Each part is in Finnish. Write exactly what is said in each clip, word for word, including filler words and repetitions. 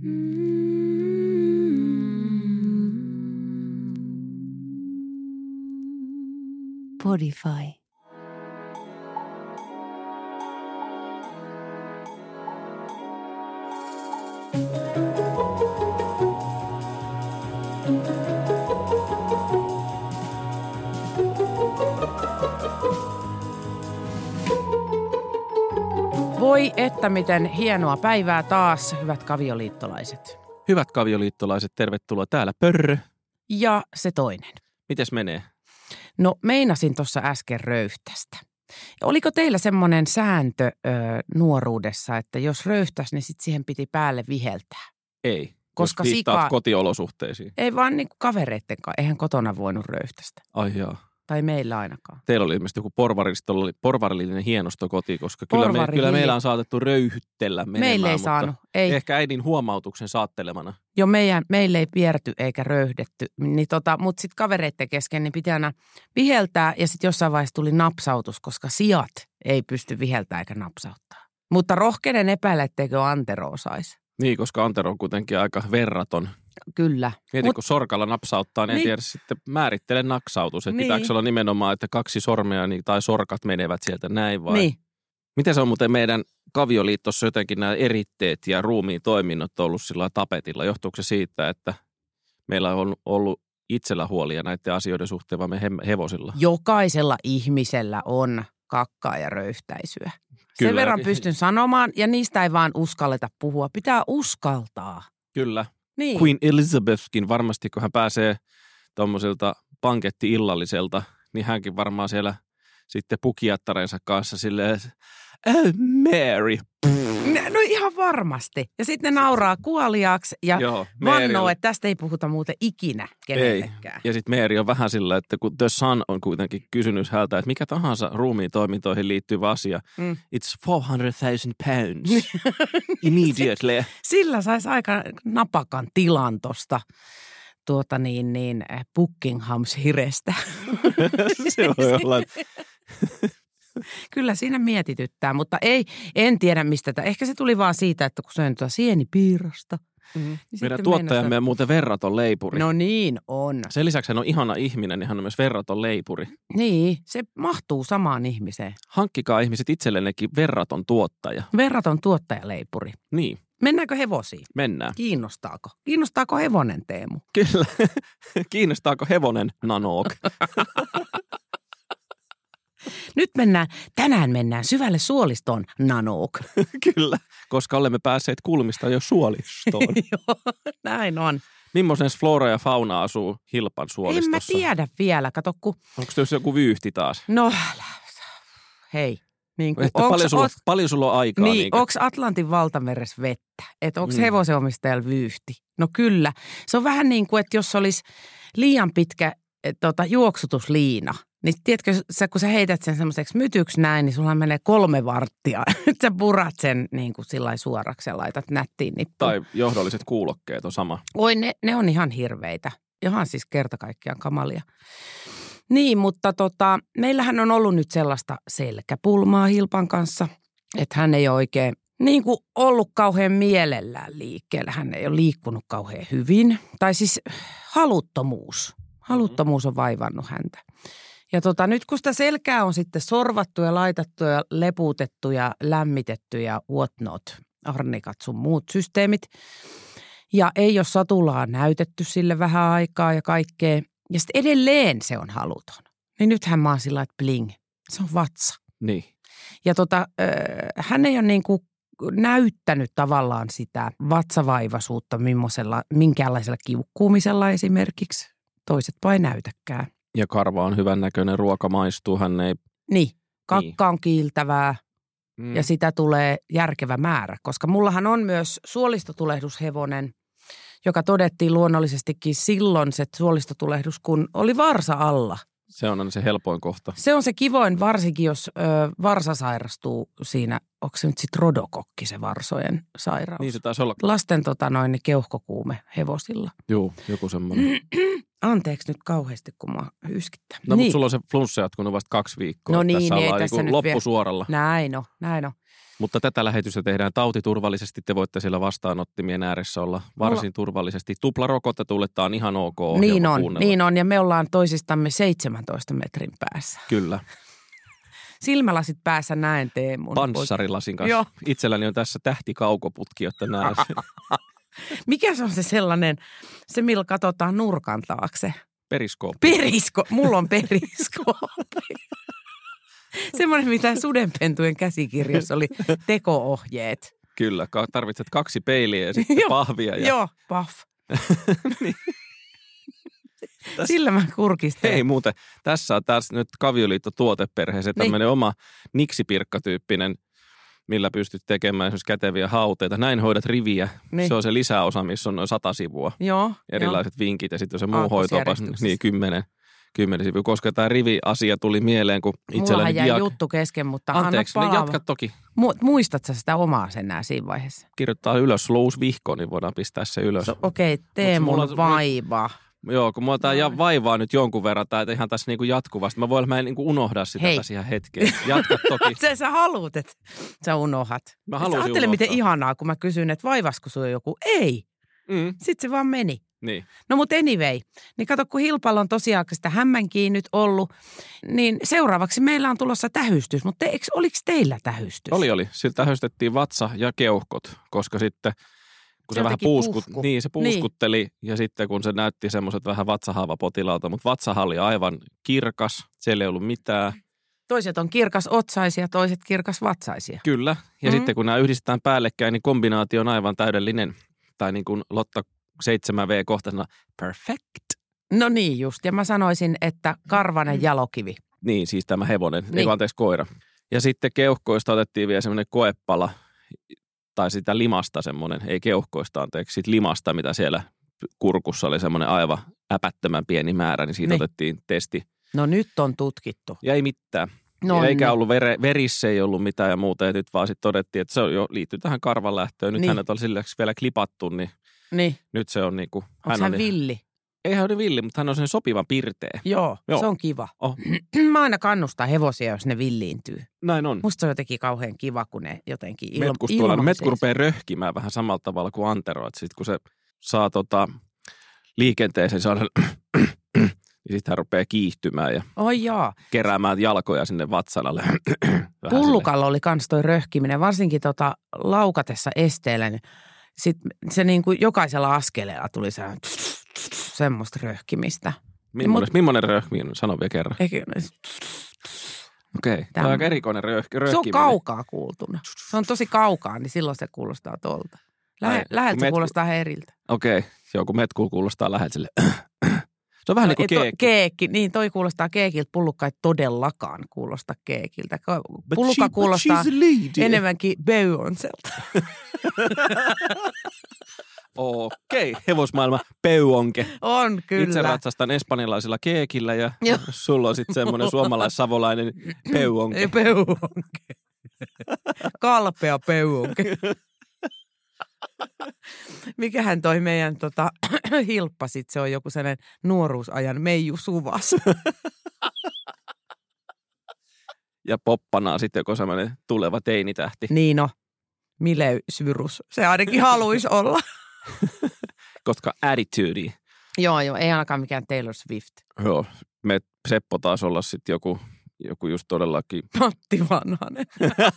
Podify. Voi että miten hienoa päivää taas, hyvät kavioliittolaiset. Hyvät kavioliittolaiset, tervetuloa täällä Pörrö. Ja se toinen. Mites menee? No meinasin tuossa äsken röyhtästä. Ja oliko teillä semmoinen sääntö ö, nuoruudessa, että jos röyhtäisi, niin sit siihen piti päälle viheltää? Ei, Koska jos viittaat sika... kotiolosuhteisiin. Ei vaan niin kuin kavereitten kanssa, eihän kotona voinut röyhtästä. Ai jaa. Tai meillä ainakaan. Teillä oli ilmeisesti joku porvarillinen, porvarillinen hienosto koti, koska kyllä, me, kyllä meillä on saatettu röyhyttellä menemään. Meillä ei saanut. Ei. Ehkä äidin huomautuksen saattelemana. Joo, meidän, meillä ei pierty eikä röyhdetty, niin tota, mutta sitten kavereitten kesken niin piti aina viheltää ja sitten jossain vaiheessa tuli napsautus, koska sijat ei pysty viheltämään eikä napsauttaa. Mutta rohkeinen epäillä, etteikö Antero osaisi. Niin, koska Antero on kuitenkin aika verraton. Kyllä. Mieti, Mut, kun sorkalla napsauttaa, niin en niin. tiedä sitten määrittele naksautus. Että niin. Pitääkö olla nimenomaan, että kaksi sormea niin, tai sorkat menevät sieltä näin vai? Niin. Miten se on muuten meidän kavioliitossa jotenkin nämä eritteet ja ruumiin toiminnot ollut sillä tapetilla? Johtuuko se siitä, että meillä on ollut itsellä huolia näiden asioiden suhteen, vaan me hevosilla? Jokaisella ihmisellä on kakkaa ja röyhtäisyä. Kyllä. Sen verran pystyn sanomaan ja niistä ei vaan uskalleta puhua. Pitää uskaltaa. Kyllä. Niin. Queen Elizabethkin varmasti, kun hän pääsee tuommoiselta pankettiillalliselta, niin hänkin varmaan siellä sitten pukiattareensa kanssa silleen, oh Mary. No ihan varmasti. Ja sitten ne nauraa kuoliaaksi ja Joo, vannoo, että tästä ei puhuta muuten ikinä kenellekään. Ei. Ja sitten Mary on vähän sillä, että kun The Sun on kuitenkin kysynyt häneltä, että mikä tahansa ruumiin toimintoihin liittyvä asia, mm. it's four hundred thousand pounds immediately. Sillä saisi aika napakan tilan tosta tuota niin, niin Buckinghams-hirestä. Se voi olla. Kyllä siinä mietityttää, mutta ei, en tiedä mistä. Tämä. Ehkä se tuli vaan siitä, että kun söin tuota sienipiirasta. Mm-hmm. Niin meidän tuottajamme meinasta... on muuten verraton leipuri. No niin on. Sen lisäksi hän on ihana ihminen, niin hän on myös verraton leipuri. Niin, se mahtuu samaan ihmiseen. Hankkikaa ihmiset itsellennekin verraton tuottaja. Verraton tuottajaleipuri. Niin. Mennäänkö hevosiin? Mennään. Kiinnostaako? Kiinnostaako hevonen, Teemu? Kyllä. Kiinnostaako hevonen, Nanook? Nyt mennään, tänään mennään syvälle suolistoon, Nanook. Kyllä, koska olemme päässeet kulmista jo suolistoon. Joo, näin on. Millaisen flora ja fauna asuu Hilpan suolistossa? En mä tiedä vielä, kato kun... Onko tässä joku vyyhti taas? No, hei. Niin kuin, paljon, sulla, oot, paljon sulla on aikaa. Niin, niin onko Atlantin valtameressä vettä? Että onko mm. hevosen omistajalla vyyhti? No kyllä. Se on vähän niin kuin, että jos olisi liian pitkä tota, juoksutusliina, niin tiedätkö, sä, kun sä heität sen semmoiseksi mytyksi näin, niin sulla menee kolme varttia. Nyt sä purat sen niin kuin sillai suoraksi ja laitat nättiin nippuun. Tai johdolliset kuulokkeet on sama. Oi, ne, ne on ihan hirveitä. Ihan siis kerta kaikkiaan kamalia. Niin, mutta tota, meillähän on ollut nyt sellaista selkäpulmaa Hilpan kanssa, että hän ei ole oikein niin kuin ollut kauhean mielellään liikkeellä. Hän ei ole liikkunut kauhean hyvin. Tai siis haluttomuus. Haluttomuus on vaivannut häntä. Ja tota, nyt kun sitä selkää on sitten sorvattu ja laitettu ja lepuutettu ja lämmitetty ja whatnot, arnikat sun muut systeemit. Ja ei ole satulaa näytetty sille vähän aikaa ja kaikkea. Ja sitten edelleen se on haluton. Niin nythän mä oon sillä että bling, se on vatsa. Niin. Ja tota, äh, hän ei ole niin kuin näyttänyt tavallaan sitä vatsavaivaisuutta minkäänlaisella kiukkuumisella esimerkiksi. Toiset vai näytäkään. Ja karva on hyvän näköinen, ruoka maistuu, hän ei... Niin, kakka on kiiltävää mm. ja sitä tulee järkevä määrä. Koska mullahan on myös suolistotulehdushevone, joka todettiin luonnollisestikin silloin se suolistotulehdus, kun oli varsa alla. Se on aina se helpoin kohta. Se on se kivoin, varsinkin jos ö, varsa sairastuu siinä, onko se nyt sitten rodokokki se varsojen sairaus? Niin se taisi olla. Lasten tota noin, niin keuhkokuume hevosilla. Joo, joku semmoinen. Anteeksi nyt kauheasti, kun mä yskittää. No niin. mutta sulla on se flunssa jatkunut vasta kaksi viikkoa. No niin, tässä niin ollaan tässä niin nyt loppusuoralla. Vielä. Näin on, näin on. Mutta tätä lähetystä tehdään tautiturvallisesti. Te voitte siellä vastaanottimien ääressä olla varsin Mulla... turvallisesti. Tuplarokotetulle tämä on ihan ok. Niin on, niin on. Ja me ollaan toisistamme seitsemäntoista metrin päässä. Kyllä. Silmälasit päässä näen Teemun. Panssarilasin kanssa. Joo. Itselläni on tässä tähtikaukoputki, jotta näen. Mikä se on se sellainen, se millä katsotaan nurkan taakse? Periskooppi. Perisko, mulla on periskooppi. Semmoinen, mitä sudenpentujen käsikirjassa oli teko-ohjeet. Kyllä, tarvitset kaksi peiliä ja sitten pahvia. Ja... Joo, pahv. niin. Sillä mä kurkistelen. Hei muuten, tässä on taas nyt Kavioliitto tuoteperheessä tämmöinen niin. oma niksipirkkatyyppinen, millä pystyt tekemään esimerkiksi käteviä hauteita. Näin hoidat riviä. Niin. Se on se lisäosa, missä on noin sata sivua. Joo. Erilaiset jo. vinkit ja sitten on se muu hoitoopas, niin kymmenen. Kymmenen sivua, koska tämä rivi-asia tuli mieleen, kun itselläni... Mullahan jäi diag... juttu kesken, mutta Anteeksi, anna ne jatka toki. Mu- muistatko sitä omaa sen nää siinä vaiheessa? Kirjoittaa ylös, sulla on uusi vihko, niin voidaan pistää se ylös. So, Okei, okay, tee mun mulla... vaiva. Joo, kun mulla tämä vaivaa nyt jonkun verran, tai ihan tässä niinku jatkuvasti. Mä voin, että mä en niinku unohda sitä Hei. tässä ihan hetkeä. Jatka toki. Se sä haluut, että sä unohat. Mä halusin Ajattele, unohtaa. miten ihanaa, kun mä kysyn, että vaivasko sulla joku. Ei. Mm. Sitten se vaan meni. Niin. No mutta anyway, niin kato, kun Hilpalla on tosiaan sitä hämmänkiin nyt ollut, niin seuraavaksi meillä on tulossa tähystys. Mutta te, oliko teillä tähystys? Oli, oli. Sillä tähystettiin vatsa ja keuhkot, koska sitten kun se, se vähän puuskut, niin, se puuskutteli niin. Ja sitten kun se näytti semmoiset vähän vatsahaavapotilaalta, mutta vatsaha oli aivan kirkas, siellä ei ollut mitään. Toiset on kirkas otsaisia, toiset kirkas vatsaisia. Kyllä, ja mm-hmm. sitten kun nämä yhdistetään päällekkäin, niin kombinaatio on aivan täydellinen. Tai niin kuin Lotta seitsemän V-kohtaisena perfect. No niin just, ja mä sanoisin, että karvanen jalokivi. Niin, siis tämä hevonen, niin. ei anteeksi koira. Ja sitten keuhkoista otettiin vielä semmoinen koepala, tai sitä limasta semmoinen, ei keuhkoista anteeksi, siitä limasta, mitä siellä kurkussa oli semmoinen aivan äpättömän pieni määrä, niin siitä niin. otettiin testi. No nyt on tutkittu. Ja ei mitään. No eikä niin. ollut vere, verissä ei ollut mitään ja muuta, ja nyt vaan sitten todettiin, että se on jo liittyy tähän karvanlähtöön. Nyt niin. hänet on sillä vielä klipattu, niin, niin. nyt se on niin kuin... Onko hän on villi? Ei hän ole villi, mutta hän on sen sopivan pirteä. Joo, Joo, se on kiva. Oh. Mä aina kannustan hevosia, jos ne villiintyy. Näin on. Musta se on jotenkin kauhean kiva, kun ne jotenkin il- Metkus tuolla, metku rupeaa röhkimään vähän samalla tavalla kuin antero. Sitten kun se saa tota, liikenteeseen, saa niin sitten hän rupeaa kiihtymään ja Oi jaa. keräämään jalkoja sinne vatsan alle. Pullukalla oli kans toi röhkiminen, varsinkin tota laukatessa esteellä. Niin sit se niin kuin jokaisella askeleella tuli se semmoista röhkimistä. Millainen, millainen röhkiminen? Sano vielä kerran. Eikö... Okei, okay. Tämä on aika erikoinen röhkiminen. Se on kaukaa kuultuna. Se on tosi kaukaa, niin silloin se kuulostaa tuolta. Lähe, läheltä se metku... kuulostaa eriltä. Okei, okay. Joo, kun metku kuulostaa läheltä sille. Se on vähän no, niin kuin keekki. keekki. Niin, toi kuulostaa keekiltä. Pullukka ei todellakaan kuulosta keekiltä. Pullukka she, kuulostaa enemmänkin Beyoncélta. Okei, okay. Hevosmaailma Peuonke. On, kyllä. Itse ratsastan espanjalaisella keekillä ja Joo. sulla on sitten semmoinen suomalais-savolainen Peuonke. Peuonke. Kalpea Peuonke. Mikähän toi meidän tota, Hilppa sit, se on joku sellainen nuoruusajan Meiju Suvas. Ja poppanaa sitten joku sellainen tuleva teinitähti. Niin no, Mileys Virus. Se ainakin haluaisi olla. Koska attitude. Joo, joo, ei ainakaan mikään Taylor Swift. Joo, me Seppo taas olla sitten joku, joku just todellakin. Matti Vanhanen.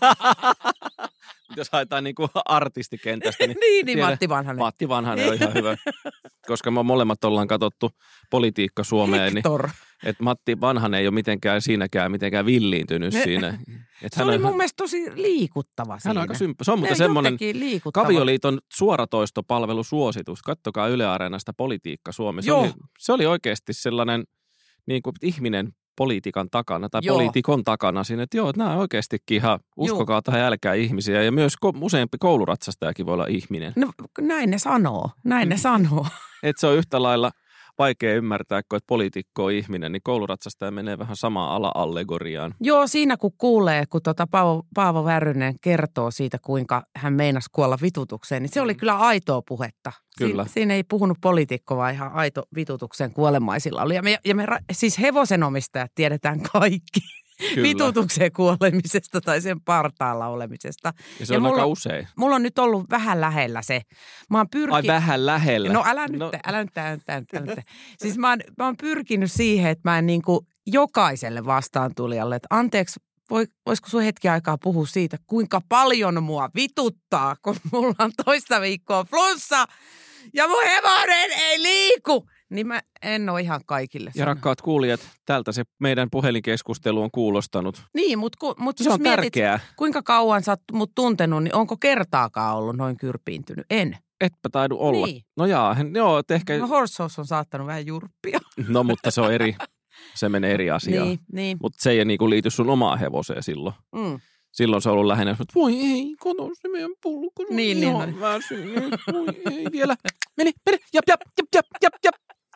Jos haetaan niin kuin artistikentästä. Niin, niin, niin Matti Vanhanen. Matti Vanhanen on ihan hyvä. Koska me molemmat ollaan katsottu Politiikka Suomeen. Hector. Niin, että Matti Vanhanen ei ole mitenkään siinäkään mitenkään villiintynyt ne, siinä. Et se oli on, mun mielestä tosi liikuttava hän siinä. On aika sympä. Se on muuten semmoinen Kavioliiton suoratoistopalvelusuositus. Kattokaa Yle Areenasta Politiikka Suomi. Se oli, se oli oikeasti sellainen niin kuin ihminen politiikan takana tai joo. poliitikon takana siinä, että joo, että nämä oikeastikin ihan uskokaa tähän älkää ihmisiä ja myös ko- useampi kouluratsastajakin voi olla ihminen. No näin ne sanoo, näin ne sanoo. Että se on yhtä lailla vaikea ymmärtää, kun että poliitikko on ihminen, niin kouluratsastaja menee vähän samaan ala-allegoriaan. Joo, siinä kun kuulee, kun tuota Paavo, Paavo Väyrynen kertoo siitä, kuinka hän meinasi kuolla vitutukseen, niin se oli kyllä aitoa puhetta. Kyllä. Si- siinä ei puhunut poliitikko, vaan ihan aito vitutukseen kuolemaisilla oli. Ja me, ja me siis hevosenomistajat tiedetään kaikki. vitutukseen kuolemisesta tai sen partaalla olemisesta. Ja se ja on mulla, aika usein. Mulla on nyt ollut vähän lähellä se. Mä oon pyrki... Ai vähän lähellä? No älä nyt, no. älä nyt, älä nyt, älä nyt, älä nyt. Siis mä oon, mä oon pyrkinyt siihen, että mä en niin kuin jokaiselle vastaantulijalle, että anteeksi, voi, voisiko sun hetki aikaa puhua siitä, kuinka paljon mua vituttaa, kun mulla on toista viikkoa flunssa ja mun hevonen ei liiku. Niin mä en ole ihan kaikille Ja rakkaat kuulijat, tältä se meidän puhelinkeskustelu on kuulostanut. Niin, mutta mut se jos on mietit, tärkeää. Kuinka kauan sä oot mut tuntenut, niin onko kertaakaan ollut noin kyrpiintynyt? En. Etpä taidu olla. Niin. No jaa, joo, että ehkä... No horsehouse on saattanut vähän jurppia. No mutta se on eri, se menee eri asiaan. Niin, niin. Mutta se ei niinku liity sun omaan hevoseen silloin. Mm. Silloin se on ollut lähinnä, että voi ei, kato se meidän pulkku. Niin, ihan niin. väsynyt. Voi ei vielä. Meni, meni, jap, jap, jap, jap, jap, jap.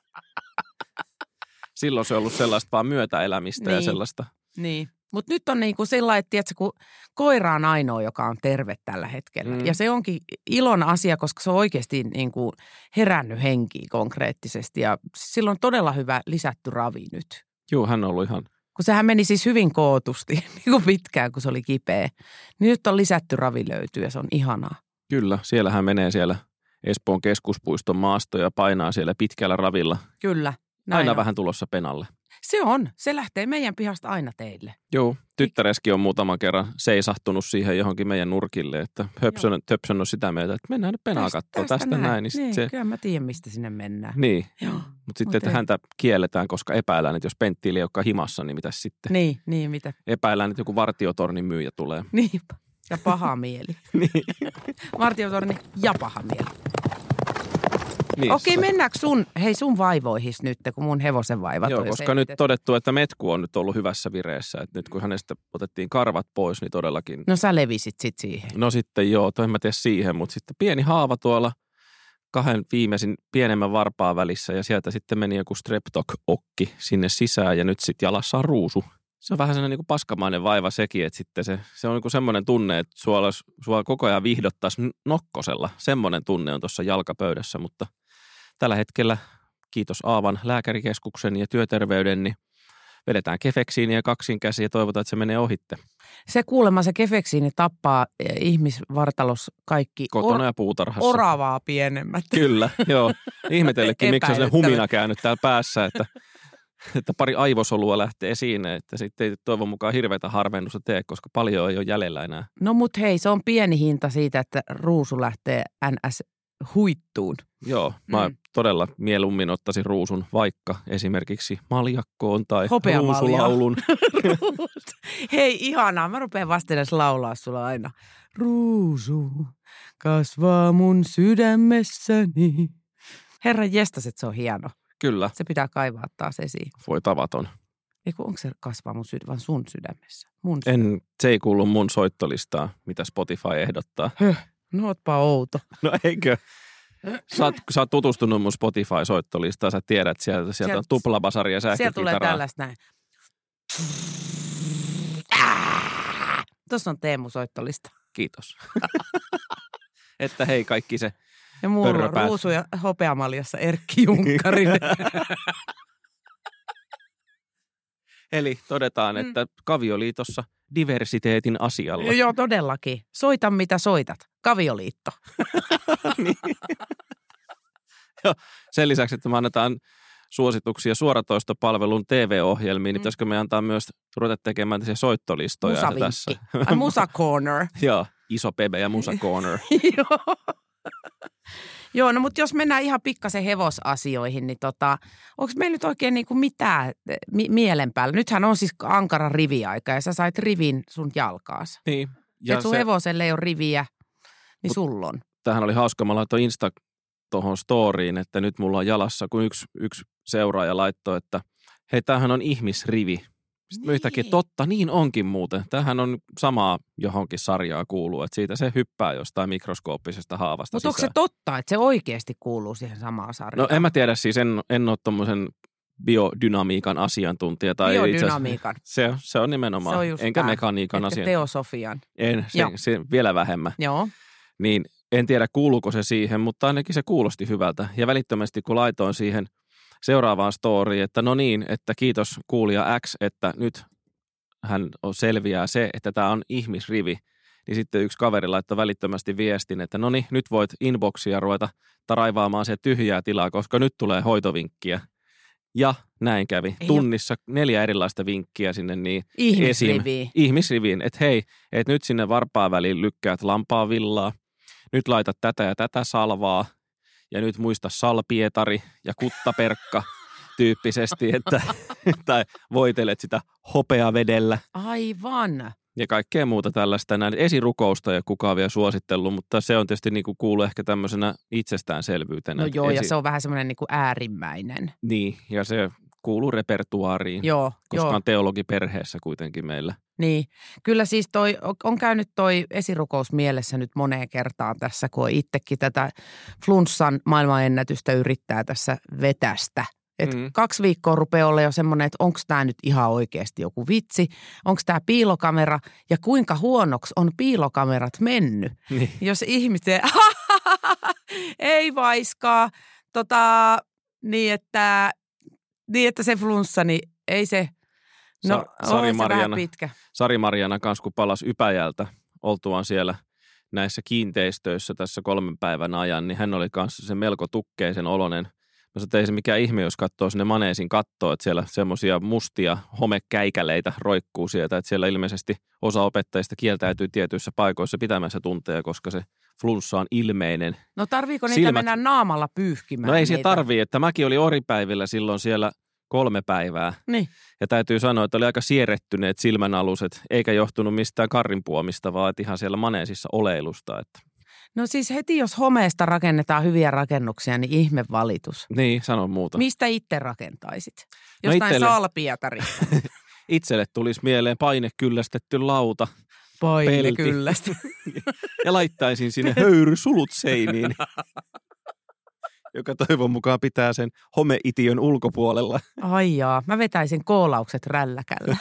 Silloin se on ollut sellaista vaan myötäelämistä niin. ja sellaista. Niin, mutta nyt on niin kuin sellainen, että tiedätkö, kun koira on ainoa, joka on terve tällä hetkellä. Mm. Ja se onkin ilon asia, koska se on oikeasti niin kuin herännyt henkiin konkreettisesti. Ja sillä on todella hyvä lisätty ravi nyt. Joo, hän on ollut ihan... Kun sehän meni siis hyvin kootusti, niin kuin pitkään, kun se oli kipeä. Niin nyt on lisätty ravi löytyy ja se on ihanaa. Kyllä, siellähän menee siellä Espoon keskuspuiston maasto ja painaa siellä pitkällä ravilla. Kyllä. Aina on. Vähän tulossa penalle. Se on. Se lähtee meidän pihasta aina teille. Joo, tyttäreskin on muutaman kerran seisahtunut siihen johonkin meidän nurkille, että Höpsön, Höpsön on sitä mieltä, että mennään nyt penaa katsoa tästä, tästä näin. näin. Niin niin, se... Kyllä mä tiedän, mistä sinne mennään. Niin, mutta sitten, Mut että ei. häntä kielletään, koska epäillään, että jos Pentti ei olekaan himassa, niin mitäs sitten? Niin, niin mitä? Epäillään, että joku vartiotornin myyjä tulee. Niinpä. Ja paha mieli. niin. Vartiotorni ja paha mieli. Niin, Okei, mennäänkö sun, hei sun vaivoihis nyt, kun mun hevosen vaivat Joo, on koska selitetty. nyt todettu, että Metku on nyt ollut hyvässä vireessä. Että nyt kun hänestä otettiin karvat pois, niin todellakin... No sä levisit sit siihen. No sitten joo, toi en mä tiedä siihen, mutta sitten pieni haava tuolla kahden viimeisin pienemmän varpaan välissä ja sieltä sitten meni joku streptok-okki sinne sisään ja nyt sitten jalassa on ruusu. Se on vähän sellainen niin kuin paskamainen vaiva sekin, että sitten se, se on niin kuin semmoinen tunne, että sua, sua koko ajan vihdottaisi nokkosella. Semmoinen tunne on tuossa jalkapöydässä, mutta tällä hetkellä, kiitos Aavan lääkärikeskuksen ja työterveyden, niin vedetään kefeksiiniä kaksin käsiin ja toivotaan, että se menee ohitte. Se kuulemma se kefeksiini tappaa ihmisvartalos kaikki kotona or- ja puutarhassa. Oravaa pienemmät. Kyllä, joo. Ihmetellekin, miksi on se humina käynyt täällä päässä, että, että pari aivosolua lähtee siinä, että sitten ei toivon mukaan hirveätä harvennusta tee, koska paljon ei ole jäljellä enää. No mut hei, se on pieni hinta siitä, että ruusu lähtee ns. Huittuun. Joo, mä mm. todella mieluummin ottaisin ruusun vaikka esimerkiksi maljakkoon tai ruusulaulun. Hei, ihanaa. Mä rupean vasta edes laulaa sulla aina. Ruusu kasvaa mun sydämessäni. Herran jestas, se on hieno. Kyllä. Se pitää kaivaa taas esiin. Voi tavaton. Eiku, onko se kasvaa mun sydä, vaan sun sydämessä? Mun en, se ei kuulu mun soittolistaa, mitä Spotify ehdottaa. Höh, no ootpa outo. No eikö? Sä oot, sä oot tutustunut mun Spotify-soittolistaan, sä tiedät sieltä, sieltä sielt, on tuplabasaria ja sähkökitaraa. Sieltä tulee tällaista näin. Tuossa on Teemu soittolista. Kiitos. Että hei kaikki se ja mulla on ruusu ja hopeamaljassa Erkki Junkkarinen. Eli todetaan, että Kavioliitossa diversiteetin asialla. Joo, todellakin. Soita mitä soitat. Kavioliitto. niin. Joo, sen lisäksi, että me annetaan suosituksia suoratoistopalvelun T V-ohjelmiin, niin mm. pitäisikö me antaa myös ruveta tekemään tällaisia soittolistoja Musavinkki. tässä. Ai, Musa Corner. Joo, Iso Pebe ja Musa Corner. Joo. Joo, no mutta jos mennään ihan pikkasen hevosasioihin, niin tota, onko meillä nyt oikein niinku mitään mi- mielen päällä? Nythän on siis ankara riviaika ja sä sait rivin sun jalkaas. Niin. Ja sun se... hevoselle ei ole riviä, niin Mut, sulla on. Tämähän oli hauska, mä laitoin Insta tuohon storyin, että nyt mulla on jalassa, kun yksi, yksi seuraaja laittoi, että hei, tämähän on ihmisrivi. Sitten niin. Yhtäkkiä, totta, niin onkin muuten. Tämähän on samaa johonkin sarjaa kuuluu, että siitä se hyppää jostain mikroskooppisesta haavasta Mutta onko se totta, että se oikeasti kuuluu siihen samaan sarjaan? No en mä tiedä, siis en, en ole tommosen biodynamiikan asiantuntija. Tai biodynamiikan. Se, se on nimenomaan, se on enkä tämä, mekaniikan asiantuntija. Teosofian. En, se, se vielä vähemmän. Joo. Niin en tiedä kuuluuko se siihen, mutta ainakin se kuulosti hyvältä. Ja välittömästi kun laitoin siihen seuraavaan storyin, että no niin, että kiitos kuulija X, että nyt hän on selviää se, että tämä on ihmisrivi, niin sitten yksi kaveri laittoi välittömästi viestin, että no niin, nyt voit inboxia ruveta raivaamaan se tyhjää tilaa, koska nyt tulee hoitovinkkiä. Ja näin kävi. Ei Tunnissa ole... neljä erilaista vinkkiä sinne niin ihmisriviin. Esim, ihmisriviin, että hei, että nyt sinne varpaan väliin lykkäät lampaavillaa, nyt laitat tätä ja tätä salvaa, ja nyt muista salpietari ja kuttaperkka tyyppisesti, että tai voitelet sitä hopeavedellä. Aivan. Ja kaikkea muuta tällaista. Näin esirukousta ei ole kukaan vielä suositellut, mutta se on tietysti niin kuin kuuluu ehkä tämmöisenä itsestäänselvyytenä. No joo, esi- ja se on vähän semmoinen niin kuin äärimmäinen. Niin, ja se kuuluu repertuaariin, Joo, koska joo. on teologiperheessä kuitenkin meillä. Niin, kyllä siis toi, on käynyt toi esirukous mielessä nyt moneen kertaan tässä, kun itsekin tätä flunssan maailmanennätystä yrittää tässä vetästä. Et mm. kaksi viikkoa rupeaa olla jo semmoinen, että onko tämä nyt ihan oikeasti joku vitsi, onko tämä piilokamera ja kuinka huonoksi on piilokamerat mennyt. Niin. Jos ihmisiä, ei vaiskaa, tota, niin, että, niin että se flunssa, niin ei se, no Sa- on se vähän pitkä. Sari-Marjana kanssa, kun palasi Ypäjältä oltuaan siellä näissä kiinteistöissä tässä kolmen päivän ajan, niin hän oli kanssa se melko tukkeisen oloinen. Mä sanoin, että ei se mikään ihme, jos katsoo sinne maneesin kattoa, että siellä semmoisia mustia homekäikäleitä roikkuu sieltä, että siellä ilmeisesti osa opettajista kieltäytyy tietyissä paikoissa pitämässä tunteja, koska se flunssa on ilmeinen. No tarviiko niitä Silmät... mennä naamalla pyyhkimään? No ei se niitä? tarvii, että mäkin olin oripäivillä silloin siellä kolme päivää. Niin. Ja täytyy sanoa, että oli aika sierrettyneet silmänaluset, eikä johtunut mistään karrinpuomista, vaan ihan siellä maneesissa oleilusta. Että. No siis heti jos homeesta rakennetaan hyviä rakennuksia, niin ihme valitus. Niin, sano muuta. Mistä itse rakentaisit? No Jostain itselle... Salpietarista. Itselle tulisi mieleen painekyllästetty lauta. Paine kyllästä. Ja laittaisin sinne höyrysulut seiniin, joka toivon mukaan pitää sen homeitiön ulkopuolella. Ai jaa, mä vetäisin koolaukset rälläkällä.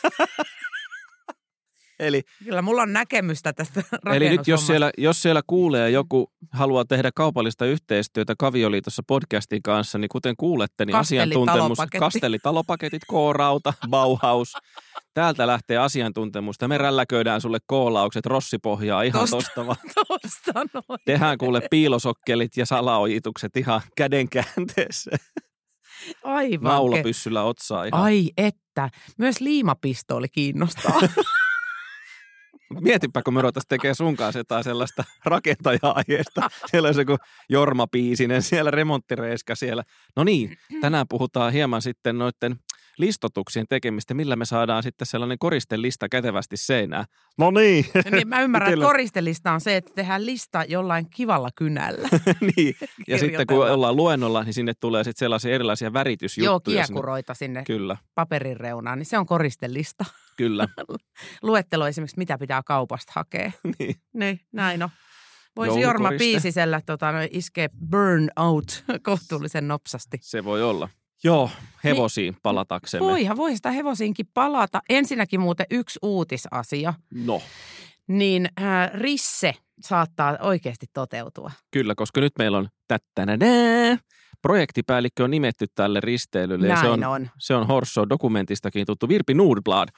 Eli, Kyllä mulla on näkemystä tästä rakennushommasta. eli nyt jos siellä, jos siellä kuulee joku haluaa tehdä kaupallista yhteistyötä Kavioliitossa podcastin kanssa, niin kuten kuulette, niin asiantuntemus, kastellitalopaketit, K-rauta, Bauhaus. Täältä lähtee asiantuntemusta. Me rälläköidään sulle koolaukset, rossipohjaa ihan tosta, tosta vaan. Tosta noin. Tehdään kuule piilosokkelit ja salaojitukset ihan käden käänteessä. Aivan. Naulapyssyllä otsaa ihan. Ai että. Myös liimapistooli kiinnostaa. Mietipä, kun me ruvettaisiin tekemään sun kanssa jotain sellaista rakentaja-aiheesta. Siellä on se kuin Jorma Piisinen, siellä remonttireiska siellä. No niin, tänään puhutaan hieman sitten noiden listotuksien tekemistä, millä me saadaan sitten sellainen koristelista kätevästi seinään. No niin. Niin mä ymmärrän, että koristelista on se, että tehdään lista jollain kivalla kynällä. Niin, ja sitten kun ollaan luennolla, niin sinne tulee sitten sellaisia erilaisia väritysjuttuja. Joo, kiekuroita sinne, sinne Kyllä. paperin reunaan, niin se on koristelista. Kyllä. Luettelo esimerkiksi, mitä pitää kaupasta hakea. Niin. Niin, näin on. Voisi Jorma Piisisellä tota, iskeä burnout kohtuullisen nopsasti. Se voi olla. Joo, hevosiin niin, palataksemme. Voihan, voi sitä hevosiinkin palata. Ensinnäkin muuten yksi uutisasia. No. Niin äh, Risse saattaa oikeasti toteutua. Kyllä, koska nyt meillä on tättänänää. Projektipäällikkö on nimetty tälle risteilylle. Näin ja se on, on. Se on Horso-dokumentistakin tuttu Virpi Nordblad.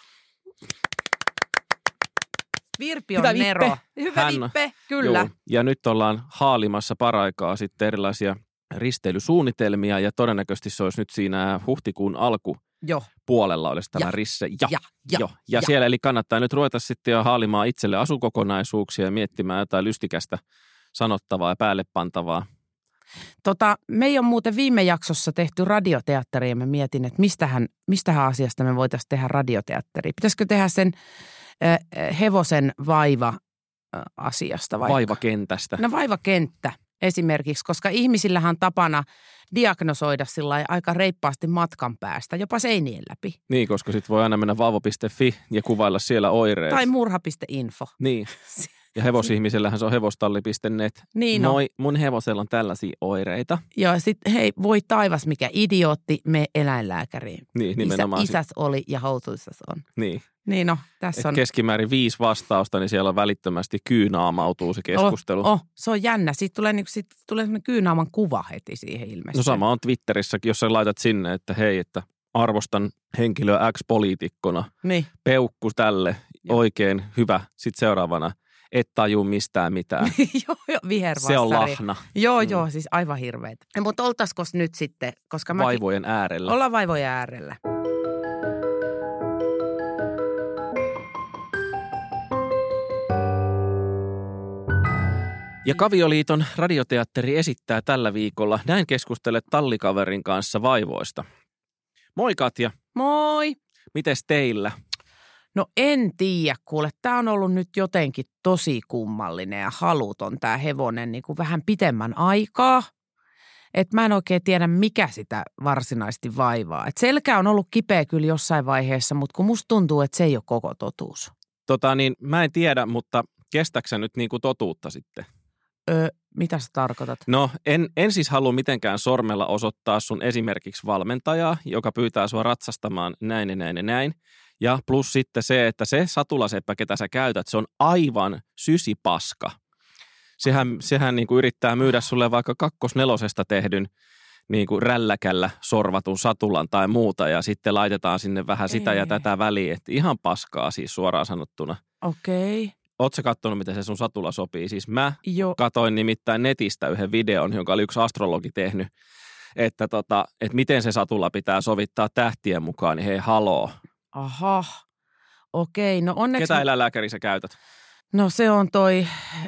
Virpi on Hyvä Nero. Vippe. Hyvä Hän, Vippe, kyllä. Joo, ja nyt ollaan haalimassa paraikaa sitten erilaisia risteilysuunnitelmia ja todennäköisesti se olisi nyt siinä huhtikuun alku. Joo. Puolella olisi tämä ja, Risse. Ja, ja, ja, jo. ja, ja siellä eli kannattaa nyt ruveta sitten jo haalimaan itselle asukokonaisuuksia ja miettimään jotain lystikästä sanottavaa ja päälle pantavaa. Tota, me ei ole muuten viime jaksossa tehty radioteatteria ja mä mietin, että mistähän, mistähän asiasta me voitaisiin tehdä radioteatteri. Pitäisikö tehdä sen äh, hevosen vaiva-asiasta vaikka? Vaivakentästä. No vaivakenttä esimerkiksi, koska ihmisillähän on tapana diagnosoida sillä aika reippaasti matkan päästä, jopa seinien läpi. Niin, koska sitten voi aina mennä vauva piste fi ja kuvailla siellä oireet. Tai murha piste info. Niin. Ja hevosihmisellähän se on hevostalli piste net. Niin Moi, mun hevosella on tällaisia oireita. Joo, sitten hei, voi taivas, mikä idiootti, me eläinlääkäriin. Niin, nimenomaan. Isä, isäs oli ja housuissas on. Niin. Niin no, tässä on. Keskimäärin viisi vastausta, niin siellä välittömästi kyynaamautuu se keskustelu. Oh, oh, se on jännä. Sitten tulee, niin, sit tulee sellainen kyynaaman kuva heti siihen ilmeisesti. No sama on Twitterissä, jos sä laitat sinne, että hei, että arvostan henkilöä X-poliitikkona. Niin. Peukku tälle, Joo. oikein hyvä. Sitten seuraavana, et tajuu mistään mitään. joo, joo, vihervassari. Se on lahna. Joo, Mm. joo, siis aivan hirveitä. Mutta oltaisko nyt sitten, koska mäkin... Vaivojen äärellä. Ollaan vaivojen äärellä. Ja Kavioliiton radioteatteri esittää tällä viikolla Näin keskustelet tallikaverin kanssa vaivoista. Moi Katja, Moi! mites teillä? No en tiedä, kuule. Tämä on ollut nyt jotenkin tosi kummallinen ja haluton tämä hevonen niin kuin vähän pitemmän aikaa. Että mä en oikein tiedä, mikä sitä varsinaisesti vaivaa. Et selkä on ollut kipeä kyllä jossain vaiheessa, mutta kun musta tuntuu, että se ei ole koko totuus. Tota niin, mä en tiedä, mutta kestääksä nyt niinku totuutta sitten? Öö, mitä sä tarkoitat? No, en, en siis halua mitenkään sormella osoittaa sun esimerkiksi valmentajaa, joka pyytää sua ratsastamaan näin ja näin ja näin. Ja plus sitten se, että se satulaseppä, ketä sä käytät, se on aivan sysipaska. Sehän, sehän niin kuin yrittää myydä sulle vaikka kakkosnelosesta tehdyn niin kuin rälläkällä sorvatun satulan tai muuta ja sitten laitetaan sinne vähän sitä Ei. ja tätä väliin. Että ihan paskaa siis suoraan sanottuna. Okei. Okay. Ootko sä kattonut, miten se sun satula sopii? Siis mä Joo. katoin nimittäin netistä yhden videon, jonka oli yksi astrologi tehnyt, että, tota, että miten se satula pitää sovittaa tähtien mukaan, niin hei haloo. Aha. Okei, no onneksi... Ketä eläinlääkäriä sä käytät? No se on toi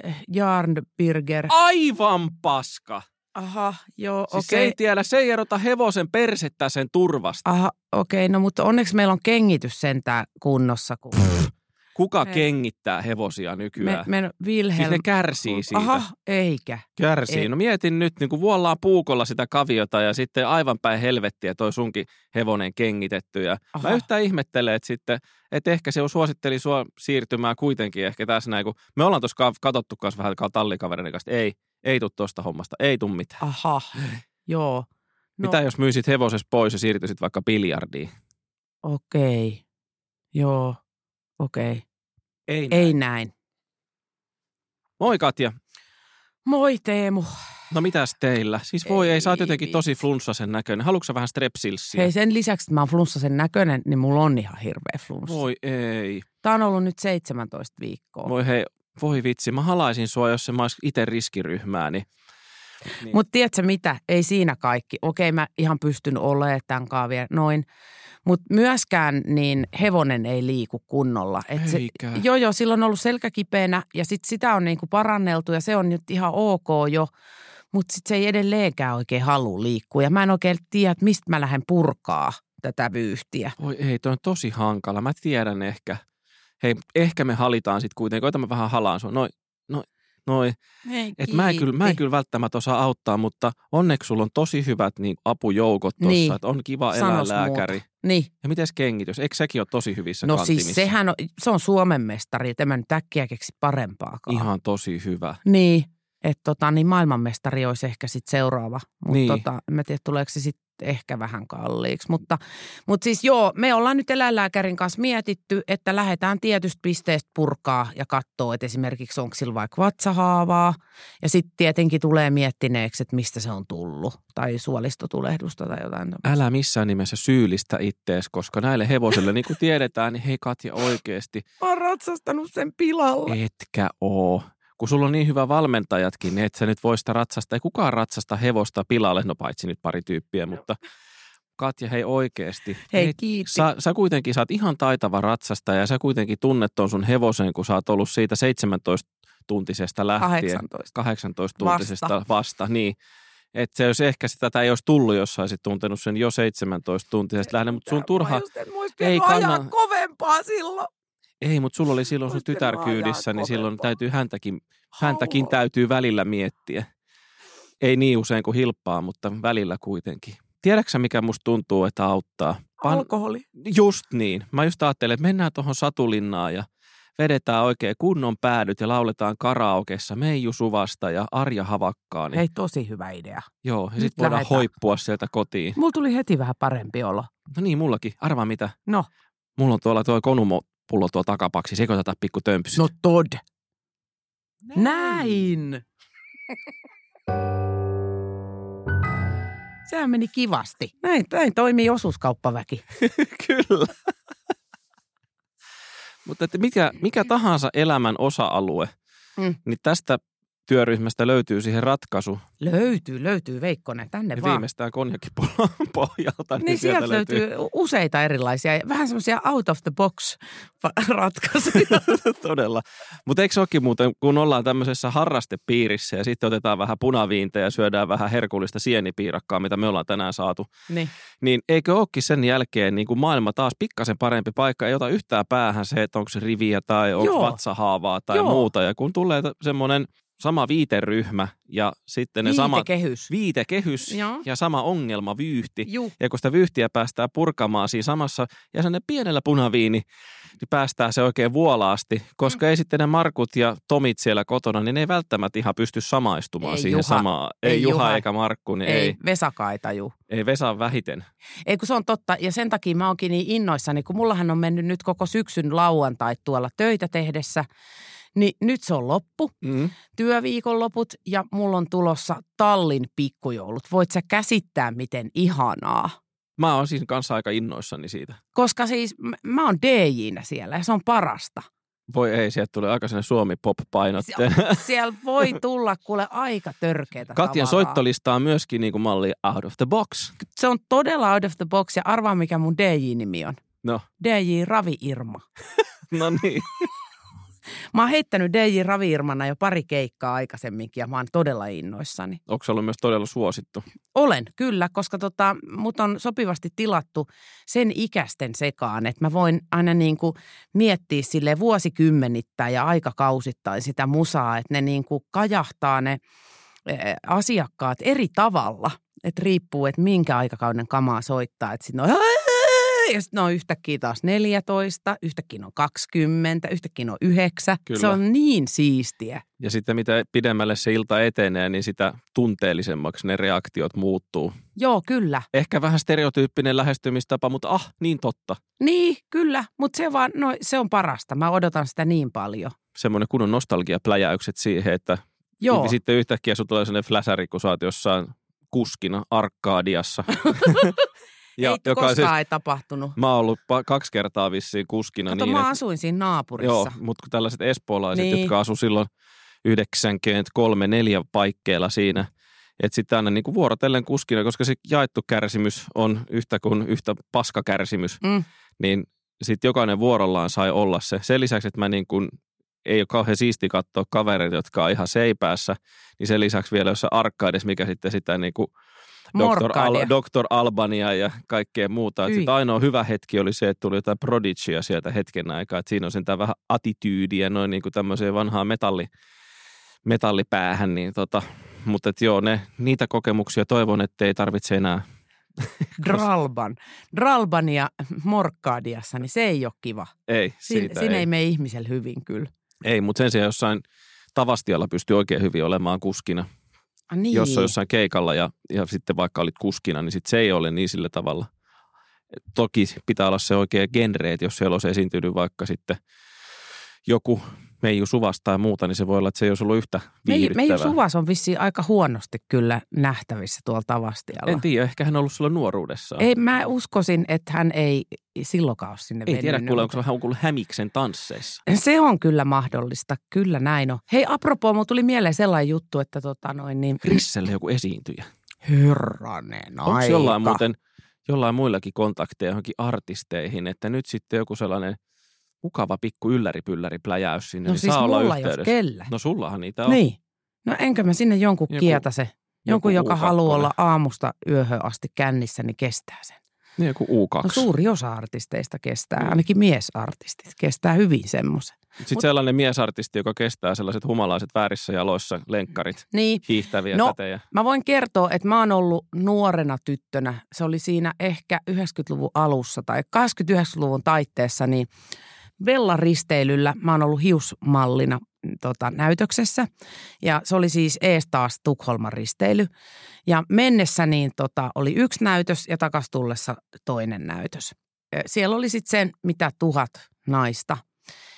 Jarnbirger. Aivan paska! Aha, joo, Siis okei. se ei tiedä, se ei erota hevosen persettä sen turvasta. Aha, okei, no mutta onneksi meillä on kengitys sentään kunnossa. Kun... Kuka Me- kengittää hevosia nykyään? Me, me Wilhelm... Siis ne kärsii siitä. Aha, eikä. Kärsii. Ei. No mietin nyt, niin kuin vuollaan puukolla sitä kaviota ja sitten aivan päin helvettiä toi sunkin hevonen kengitetty. Ja Aha. mä yhtään ihmettelen, että sitten, että ehkä se suositteli sua siirtymään kuitenkin ehkä tässä näin, kun me ollaan tuossa katsottu kanssa vähän tallikaverin kanssa, että ei, ei tuu tuosta hommasta, ei tuu mitään. Aha, joo. No, Mitä jos myisit hevosesta pois ja siirtyisit vaikka biljardiin? okei, joo, okei. Ei näin. Ei näin. Moi Katja. Moi Teemu. No mitäs teillä? Siis voi ei, Ei sä oot jotenkin tosi vitsi. flunssasen näköinen. Haluatko sä vähän strepsilsiä? Hei, sen lisäksi, että mä oon flunssasen näköinen, niin mulla on ihan hirveä flunssa. Voi ei. Tää on ollut nyt seitsemäntoista viikkoa. Voi hei, voi vitsi. Mä halaisin sua, jos se mä ois itse riskiryhmää, niin... niin. Mutta tiedätkö mitä? Ei siinä kaikki. Okei, mä ihan pystyn olemaan tämän kanssa vielä noin. Mutta myöskään niin hevonen ei liiku kunnolla. Et se, Eikä. joo, joo, silloin on ollut selkä kipeänä ja sitten sitä on niinku paranneltu ja se on nyt ihan ok jo. Mutta sitten se ei edelleenkään oikein halua liikkua. Ja mä en oikein tiedä, että mistä mä lähden purkaa tätä vyyhtiä. Voi ei, toi on tosi hankala. Mä tiedän ehkä. Hei, ehkä me halitaan sitten kuitenkin. Koita mä vähän halaan sua. Noi, noi, noi. Hei, Et mä, en kyllä, mä en kyllä välttämättä osaa auttaa, mutta onneksi sulla on tosi hyvät niin, apujoukot tuossa. Niin. Että on kiva Sanos eläinlääkäri. muuta. Niin. Ja mites kengitys? Eikö sekin ole tosi hyvissä No kantimissa? siis sehän on, se on Suomen mestari, että mä nyt äkkiä keksi parempaakaan. Ihan tosi hyvä. Niin, että tota, niin maailmanmestari olisi ehkä sitten seuraava. Mutta Niin. tota, en mä tiedä, tuleeko se sitten ehkä vähän kalliiksi. Mutta, mutta siis joo, me ollaan nyt eläinlääkärin kanssa mietitty, että lähdetään tietystä pisteestä purkaa ja katsoa, että esimerkiksi onko sillä vaikka vatsahaavaa. Ja sitten tietenkin tulee miettineeksi, että mistä se on tullut. Tai suolistotulehdusta tai jotain. Älä missään nimessä syyllistä ittees, koska näille hevosille, niin kuin tiedetään, niin hei Katja oikeasti, Mä oon ratsastanut sen pilalle. etkä oo. Kun sulla on niin hyvä valmentajatkin, niin et sä nyt voi sitä ratsasta. Ei kukaan ratsasta hevosta pilalle, no paitsi nyt pari tyyppiä, mutta Katja, hei oikeasti. Hei, kiitos. Sä, sä kuitenkin, sä oot ihan taitava ratsastaja ja sä kuitenkin tunnet ton sun hevosen, kun sä oot ollut siitä seitsemäntoista-tuntisesta lähtien. kahdeksantoista. kahdeksantoista-tuntisesta Vasta. vasta, vasta niin. Että se jos ehkä sitä tätä ei olisi tullut, jos sä olisit tuntenut sen jo seitsemäntoista-tuntisesta lähden, mutta sun turha... Ei Ei kanna- ajaa kovempaa silloin. Ei, mutta sulla oli silloin sun Olisi tytär pitänyt ajaa kyydissä, niin silloin kovempaa. täytyy häntäkin, häntäkin Haloo. täytyy välillä miettiä. Ei niin usein kuin hilppaa, mutta välillä kuitenkin. Tiedätkö mikä musta tuntuu, että auttaa? Pan- Alkoholi. Just niin. Mä just ajattelin, että mennään tuohon Satulinnaan ja vedetään oikein kunnon päädyt ja lauletaan karaokessa Meiju Suvasta ja Arja Havakkaa. Niin, Hei, tosi hyvä idea. joo, ja nyt sitten voidaan lähdetään. hoippua sieltä kotiin. Mulla tuli heti vähän parempi olo. No niin, mullakin. Arvaa mitä. No, Mulla on tuolla tuo konumopullo tuo takapaksi. Sekoitetaan pikku tömpsyt. no tod. Näin. Sehän meni kivasti. Näin, näin toimii osuuskauppaväki. Kyllä. Mutta että mikä, mikä tahansa elämän osa-alue, mm. niin tästä työryhmästä löytyy siihen ratkaisu. Löytyy, löytyy Veikkonen, tänne ja vaan. Viimeistään konjakipullon pohjalta. Niin, niin sieltä, sieltä löytyy, löytyy useita erilaisia, vähän semmoisia out of the box ratkaisuja. Todella. Mutta eikö se olekin muuten, kun ollaan tämmöisessä harrastepiirissä ja sitten otetaan vähän punaviintä ja syödään vähän herkullista sienipiirakkaa, mitä me ollaan tänään saatu. Niin. Niin eikö olekin sen jälkeen niin kuin maailma taas pikkasen parempi paikka. Ei ota yhtään päähän se, että onko se riviä tai onko vatsahaavaa tai Joo. muuta. Ja kun tulee semmoinen sama viiteryhmä ja sitten ne viitekehys. samat viitekehys Joo. ja sama ongelma vyyhti. Juh. Ja kun sitä vyyhtiä päästään purkamaan siinä samassa ja sellainen pienellä punaviini, niin päästään se oikein vuolaasti, koska mm. ei sitten ne Markut ja Tomit siellä kotona, niin ne ei välttämättä ihan pysty samaistumaan ei siihen Juha. samaan. Ei, ei Juha, Juha eikä Markku, niin ei. Ei, Vesa ei taju. Ei Vesa vähiten. Ei kun se on totta ja sen takia mä oonkin niin innoissani, kun mullahan on mennyt nyt koko syksyn lauantai tuolla töitä tehdessä. Niin nyt se on loppu, mm. työviikonloput ja mulla on tulossa Tallin pikkujoulut. Voit sä käsittää, miten ihanaa? Mä oon siis kanssa aika innoissani siitä. Koska siis mä oon D J:nä siellä ja se on parasta. Voi ei, sieltä tulee aika sellainen Suomi-pop-painotteen. Siellä voi tulla kuule aika törkeätä Katjan tavaraa. soittolista on myöskin niin kuin malli out of the box. Se on todella out of the box ja arvaa mikä mun D J-nimi on. No. D J Ravi Irma. No niin. Mä oon heittänyt D J Ravi Irmana jo pari keikkaa aikaisemminkin ja mä oon todella innoissani. Onko se ollut myös todella suosittu? Olen, kyllä, koska tota, mut on sopivasti tilattu sen ikäisten sekaan, että mä voin aina niin kuin miettiä sille vuosikymmenittäin ja aikakausittain sitä musaa, että ne niin kuin kajahtaa ne asiakkaat eri tavalla, että riippuu, että minkä aikakauden kamaa soittaa, että sitten on ja sitten on yhtäkkiä taas neljätoista, yhtäkkiä on kaksikymmentä, yhtäkkiä on yhdeksän. Kyllä. Se on niin siistiä. Ja sitten mitä pidemmälle se ilta etenee, niin sitä tunteellisemmaksi ne reaktiot muuttuu. Joo, kyllä. Ehkä vähän stereotyyppinen lähestymistapa, mutta ah, niin totta. Niin, kyllä, mutta se, vaan, no, se on parasta. Mä odotan sitä niin paljon. Semmoinen kunnon nostalgiapläjäykset siihen, että Joo. sitten yhtäkkiä sun tulee sellainen fläsäri, kun sä oot jossain kuskina Arkadiassa. Ja ei koskaan siis, ei tapahtunut. Mä oon ollut pa- kaksi kertaa vissiin kuskina. Kato, niin, mä et, asuin siinä naapurissa. Joo, mutta kun tällaiset espoolaiset, niin. jotka asu silloin yhdeksänkymmentäkolme neljä paikkeilla siinä, että sitten aina niin kuin vuorotellen kuskina, koska se jaettu kärsimys on yhtä kuin yhtä paskakärsimys, mm. niin sitten jokainen vuorollaan sai olla se. Sen lisäksi, että mä niin kuin, ei ole kauhean siisti katsoa kavereita, jotka on ihan seipäässä, niin sen lisäksi vielä jossain Arkadiassa, mikä sitten sitä niin kuin doktor Al, doktor Albania ja kaikkea muuta. Sitten ainoa hyvä hetki oli se, että tuli jotain Prodigya sieltä hetken aikaa. Että siinä on sentään vähän attityydiä, noin niin kuin tämmöiseen vanhaan metalli, metallipäähän. Niin tota, mutta et joo, ne, niitä kokemuksia toivon, että ei tarvitse enää. Dralban. Dralban ja Morkkadiassa, niin se ei ole kiva. Ei, siitä Siin, Siinä ei. ei mene ihmisellä hyvin kyllä. Ei, mutta sen sijaan jossain Tavastialla pystyy oikein hyvin olemaan kuskina. Niin. Jos on jossain keikalla ja, ja sitten vaikka olit kuskina, niin sitten se ei ole niin sillä tavalla. Toki pitää olla se oikea genre, että jos siellä olisi esiintynyt vaikka sitten joku Meiju Suvas tai muuta, niin se voi olla, että se ei olisi ollut yhtä viihdyttävää. Meiju Suvas on vissiin aika huonosti kyllä nähtävissä tuolla Tavastialla. En tiedä, ehkä hän on ollut silloin nuoruudessaan. Ei, mä uskoisin, että hän ei silloinkaan ole sinne Ei mennyt. tiedä, kuule, onko hän ollut Hämiksen tansseissa. Se on kyllä mahdollista, kyllä näin on. Hei, apropos, mulla tuli mieleen sellainen juttu, että tota noin niin. Risselle joku esiintyjä. Herranen aika. Onko jollain muuten, jollain muillakin kontakteja johonkin artisteihin, että nyt sitten joku sellainen mukava pikku ylläripylläri pläjäys sinne, no niin siis saa olla mulla yhteydessä. Jos kellä. No sullahan niitä on. Niin. No enkö mä sinne jonkun joku, kietase. Jonkun, joku joka haluaa olla aamusta yöhön asti kännissä, niin kestää sen. Niin joku U kaksi. No suuri osa artisteista kestää, ainakin miesartistit kestää hyvin semmoisen. Sitten Mut, sellainen miesartisti, joka kestää sellaiset humalaiset väärissä jaloissa lenkkarit, niin. hiihtäviä no, kätejä. Mä voin kertoa, että mä oon ollut nuorena tyttönä, se oli siinä ehkä yhdeksänkymmentäluvun alussa tai kahdeksankymmentä-yhdeksänkymmentäluvun taitteessa, niin Vella-risteilyllä mä oon ollut hiusmallina tota, näytöksessä ja se oli siis ees taas Tukholman risteily. Ja mennessä niin tota, oli yksi näytös ja takas tullessa toinen näytös. Siellä oli sitten sen mitä tuhat naista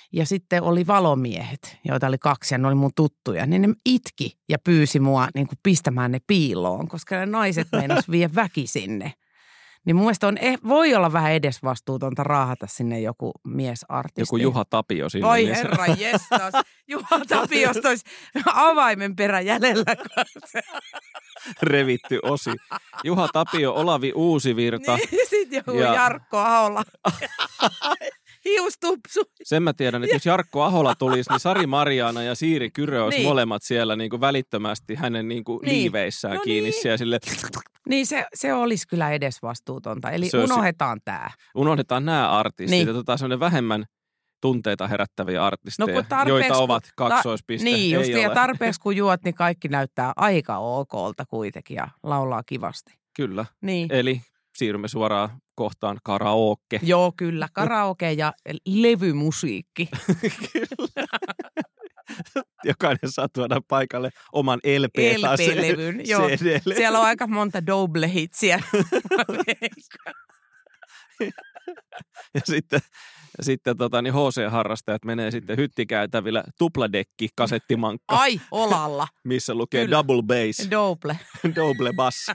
Ja sitten oli valomiehet, joita oli kaksi ja ne oli mun tuttuja. Niin ne itki ja pyysi mua niin kuin pistämään ne piiloon, koska ne naiset meinas vie väki sinne. Niin mun mielestä on, voi olla vähän edesvastuutonta raahata sinne joku miesartisti. Joku Juha Tapio sinne. Voi herra jestas. Juha Tapiosta olisi avaimen perä jäljellä kanssa. Revitty osi. Juha Tapio, Olavi Uusivirta. Niin, sitten joku ja... Jarkko Ahola. Hiustupsu. Sen mä tiedän, että jos Jarkko Ahola tulisi, niin Sari Marjaana ja Siiri Kyrö olisi niin. molemmat siellä niin kuin välittömästi hänen niin kuin niin. liiveissään no kiinni niin. siellä sille. Niin se, se olisi kyllä edesvastuutonta. Eli se unohdetaan tämä. Unohdetaan nämä artistit. Niin. Otetaan sellainen vähemmän tunteita herättäviä artisteja, no, joita ovat kaksoispiste. Ta- niin, just, ei ja ole. tarpeeksi kun juot, niin kaikki näyttää aika okolta kuitenkin ja laulaa kivasti. Kyllä. Niin. Eli siirrymme suoraan kohtaan karaoke. Joo, kyllä. Karaoke ja levymusiikki. Kyllä. Jokainen saa tuoda paikalle oman L P tai L P-levyn, joo. C D-levyn. Siellä on aika monta double-hitsiä. ja sitten, ja sitten tota, niin H C-harrastajat menee sitten hyttikäytävillä tupladekki kasettimankka. Ai, olalla. Missä lukee Kyllä. double bass. Double. double bass.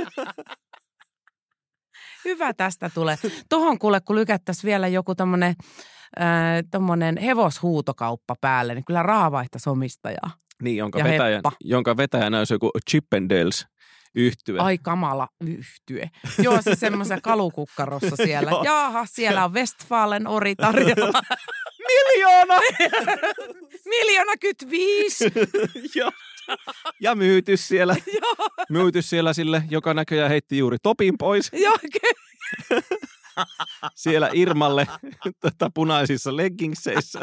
Hyvä tästä tulee. Tuohon kuule, kun lykättäisiin vielä joku tommonen, äh, tommonen hevoshuutokauppa päälle, niin kyllä raha vaihtaisi omistajaa. Niin, jonka, vetäjän, jonka vetäjänä olisi joku Chippendales yhtye. Ai kamala yhtye. Joo, se semmoisen kalukukkarossa siellä. Jaaha, siellä on Westfalen ori tarjolla. Miljoona! Miljoona kytviis. Joo. Ja myyty siellä. Myyty siellä sille, joka näköjään heitti juuri topin pois. Joo, siellä Irmalle tota, punaisissa leggingseissä.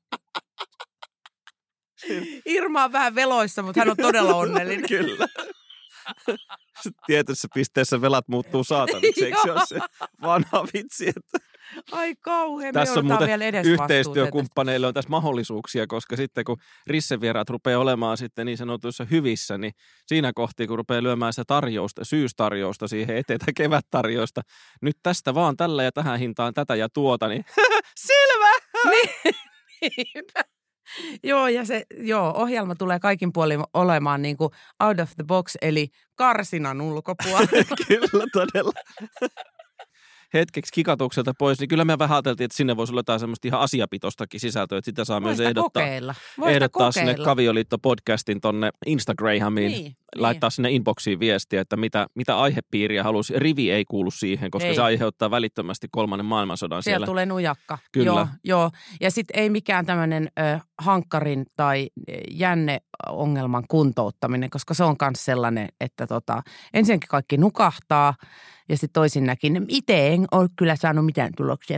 Irma on vähän veloissa, mutta hän on todella onnellinen. Kyllä. Tietyssä pisteessä velat muuttuu saataniksi, eikö se ole se vanha vitsi? Että ai kauhean, tässä on muuten yhteistyökumppaneille on tässä mahdollisuuksia, koska sitten kun Risse-vieraat rupeaa olemaan sitten niin sanotuissa hyvissä, niin siinä kohti kun rupeaa lyömään sitä tarjousta, syystarjousta siihen eteen tai kevättarjousta, nyt tästä vaan tällä ja tähän hintaan tätä ja tuota, niin selvä! Niinpä. Joo, ja se joo, ohjelma tulee kaikin puolin olemaan niin kuin out of the box, eli karsinan ulkopuolella. Kyllä, todella. Hetkeksi kikatukselta pois, niin kyllä me vähän ajateltiin, että sinne voisi olla jotain semmoista ihan asiapitostakin sisältöä, että sitä saa Voista myös ehdottaa, kokeilla. ehdottaa kokeilla. sinne Kavioliitto-podcastin tonne Instagramiin, niin, laittaa niin. sinne inboxiin viestiä, että mitä, mitä aihepiiriä halusi. Rivi ei kuulu siihen, koska ei. se aiheuttaa välittömästi kolmannen maailmansodan siellä. Siellä tulee nujakka. Kyllä. Joo, joo. Ja sitten ei mikään tämmöinen ö, hankkarin tai jänneongelman kuntouttaminen, koska se on myös sellainen, että tota, ensinnäkin kaikki nukahtaa. Ja sitten toisinnäkin, itse en ole kyllä saanut mitään tuloksia.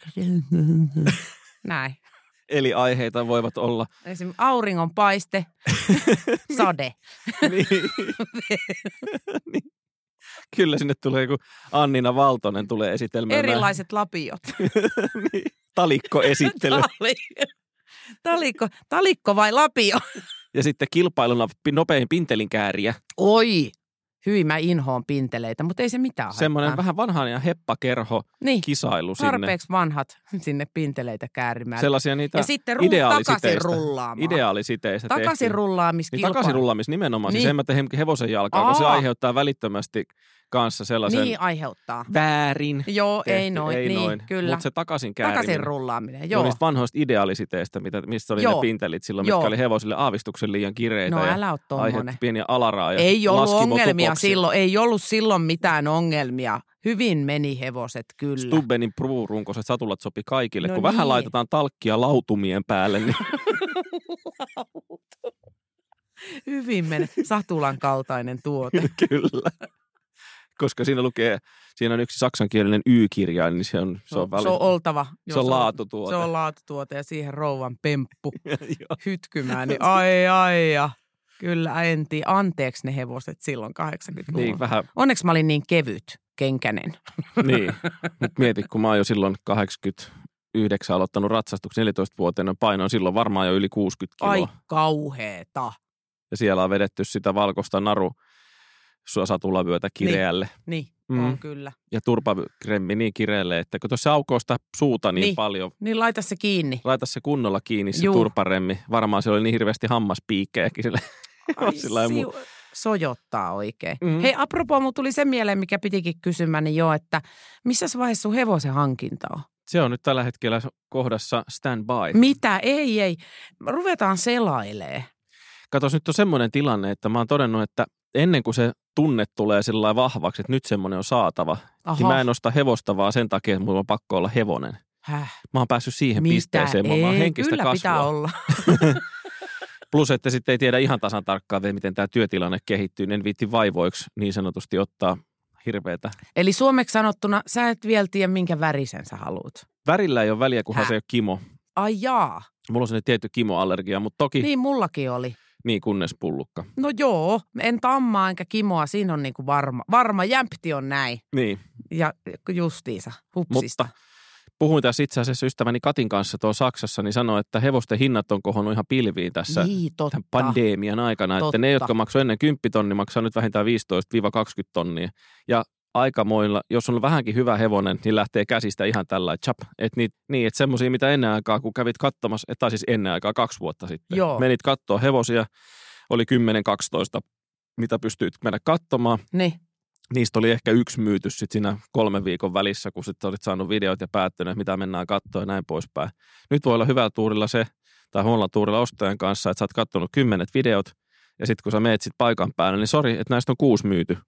Näin. Eli aiheita voivat olla. Esimerkiksi auringonpaiste, sade. niin. niin. Kyllä sinne tulee joku Annina Valtonen tulee esitelmään. Erilaiset lapiot. niin. Talikko-esittely. Talikko, talikko vai lapio? Ja sitten kilpailuna nopein pintelinkäärjä. Oi! Hyvin mä inhoon pinteleitä, mutta ei se mitään haittaa. Semmoinen vähän vanhan ja heppakerho niin, kisailu sinne. Tarpeeksi vanhat sinne pinteleitä käärimään. Sellaisia niitä ja sitten ru- takaisin rullaamaan. Ideaalisiteistä takaisin tehtiin. rullaamiskilpailu. Niin, takaisin rullaamis nimenomaan. Niin. Siis en mä tee hevosen jalkaa, Aa. kun se aiheuttaa välittömästi kanssa sellaisen niin, aiheuttaa. väärin. Joo, tehty. ei noin. Ei niin, noin. kyllä. Mutta se takaisin kääriminen. Takaisin rullaaminen, joo. No niistä vanhoista ideaalisiteistä, mitä, mistä oli joo. ne pintelit silloin, joo. mitkä oli hevosille aavistuksen liian kireitä. No ja älä ole tommonen. pieniä alaraaja. Ei ollut ongelmia silloin, ei ollut silloin mitään ongelmia. Hyvin meni hevoset kyllä. Stubbenin pruurunkoiset satulat sopi kaikille. No kun niin. vähän laitetaan talkkia lautumien päälle, niin hyvin meni. Satulan kaltainen tuote. Kyllä. Koska siinä lukee, siinä on yksi saksankielinen Y-kirjain, niin se on, se on, se on oltava. Se on laatutuote. Se on laatutuote ja siihen rouvan pemppu hytkymään. Niin ai ai ja kyllä en tiedä. Anteeksi ne hevoset silloin kahdeksankymmentäluvulla. Niin, vähän. Onneksi mä olin niin kevyt, kenkänen. Niin, mutta mieti, kun mä oon jo silloin kahdeksankymmentäyhdeksän aloittanut ratsastuksen neljätoistavuotiaana, painoin silloin varmaan jo yli kuusikymmentä kiloa. Ai kauheeta. Ja siellä on vedetty sitä valkoista naru satulavyötä kireälle. Niin, niin. mm. on kyllä. Ja turpakremmi niin kireelle, että kun tuossa aukoo sitä suuta niin, niin paljon. Niin laita se kiinni. Laita se kunnolla kiinni se Juu. turparemmi. Varmaan se oli niin hirveästi hammaspiikkejäkin sille. Ai siu, sojottaa oikein. Mm. Hei, apropos, mulla tuli sen mieleen, mikä pitikin kysymään, niin jo, että missä vaiheessa sun hevosen hankinta on? Se on nyt tällä hetkellä kohdassa standby. Mitä? Ei, ei. Ruvetaan selailee. Katos, nyt on semmoinen tilanne, että mä oon todennut, että ennen kuin se tunne tulee sillä vahvaksi, että nyt semmoinen on saatava, Aha. niin mä en osta hevosta vaan sen takia, että mulla on pakko olla hevonen. Häh? Mä oon päässyt siihen Mitä? pisteeseen, mä oon ei, henkistä kyllä kasvua. Pitää olla. Plus, että sitten ei tiedä ihan tasan tarkkaan vielä, miten tämä työtilanne kehittyy. En viitti vaivoiksi niin sanotusti ottaa hirveätä. Eli suomeksi sanottuna, sä et vielä tiedä, minkä värisen sä haluat. Värillä ei ole väliä, kunhan Häh? se ei ole kimo. Ai jaa. Mulla on sellainen tietty kimoallergia, mutta toki... Niin, mullakin oli. Niin, kunnes pullukka. No joo, en tammaa enkä kimoa, siinä on niinku varma. Varma jämpti on näin. Niin. Ja justiinsa, hupsista. Mutta puhuin tässä itse asiassa ystäväni Katin kanssa tuolla Saksassa, niin sanoi, että hevosten hinnat on kohonnut ihan pilviin tässä niin, tämän pandemian aikana. Totta. Että ne, jotka maksoivat ennen kymmenen tonnia, maksaa nyt vähintään viisitoista kaksikymmentä tonnia. Ja aikamoilla, jos on vähänkin hyvä hevonen, niin lähtee käsistä ihan tällainen chap. Että niin, niin, että semmoisia, mitä ennen aikaa, kun kävit katsomassa, tai siis ennen aikaa kaksi vuotta sitten. Joo. Menit katsoa hevosia, oli kymmenen kaksitoista, mitä pystyit mennä katsomaan. Niin. Niistä oli ehkä yksi myyty sitten siinä kolmen viikon välissä, kun sitten olit saanut videot ja päättynyt, mitä mennään katsoa ja näin poispäin. Nyt voi olla hyvällä tuurilla se, tai huonolla tuurilla ostajan kanssa, että sä oot katsonut kymmenet videot, ja sitten kun sä meet sitten paikan päälle, niin sori, että näistä on kuusi myyty.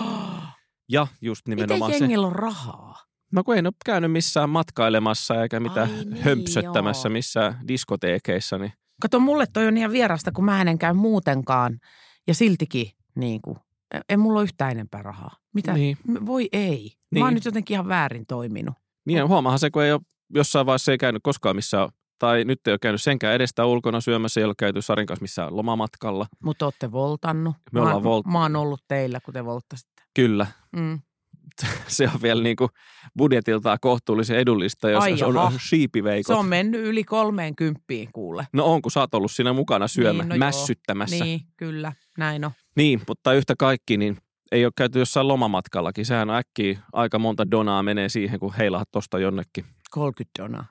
Ja just nimenomaan miten se. jengillä on rahaa? No kun ei ole käynyt missään matkailemassa eikä mitään Ai niin, hömpsöttämässä joo. missään diskoteekeissa. Niin. Kato, mulle toi on ihan vierasta, kun mä en käy muutenkaan ja siltikin niin kuin, en mulla ole yhtään enempää rahaa. Mitä? Niin. Voi ei. Mä niin. oon nyt jotenkin ihan väärin toiminut. Niin, huomaahan se, kun ei ole jossain vaiheessa ei käynyt koskaan missään, tai nyt ei ole käynyt senkään edestä ulkona syömässä, ei ole käyty Sarin kanssa missään lomamatkalla. Mutta olette voltannut. Me mä, ollaan volt... mä oon ollut teillä, kun te volttasitte. Kyllä. Mm. Se on vielä niin kuin budjetiltaan kohtuullisen edullista, jos Ai, on jaha. Siipiveikot. Se on mennyt yli kolmeen kymppiin kuule. No on, kun sä oot ollut siinä mukana syömään, niin, no mässyttämässä. Niin, kyllä, näin on. Niin, mutta yhtä kaikki, niin ei ole käyty jossain lomamatkallakin. Sehän on äkkiä aika monta donaa menee siihen, kun heilahat tosta jonnekin. kolmekymmentä donaa.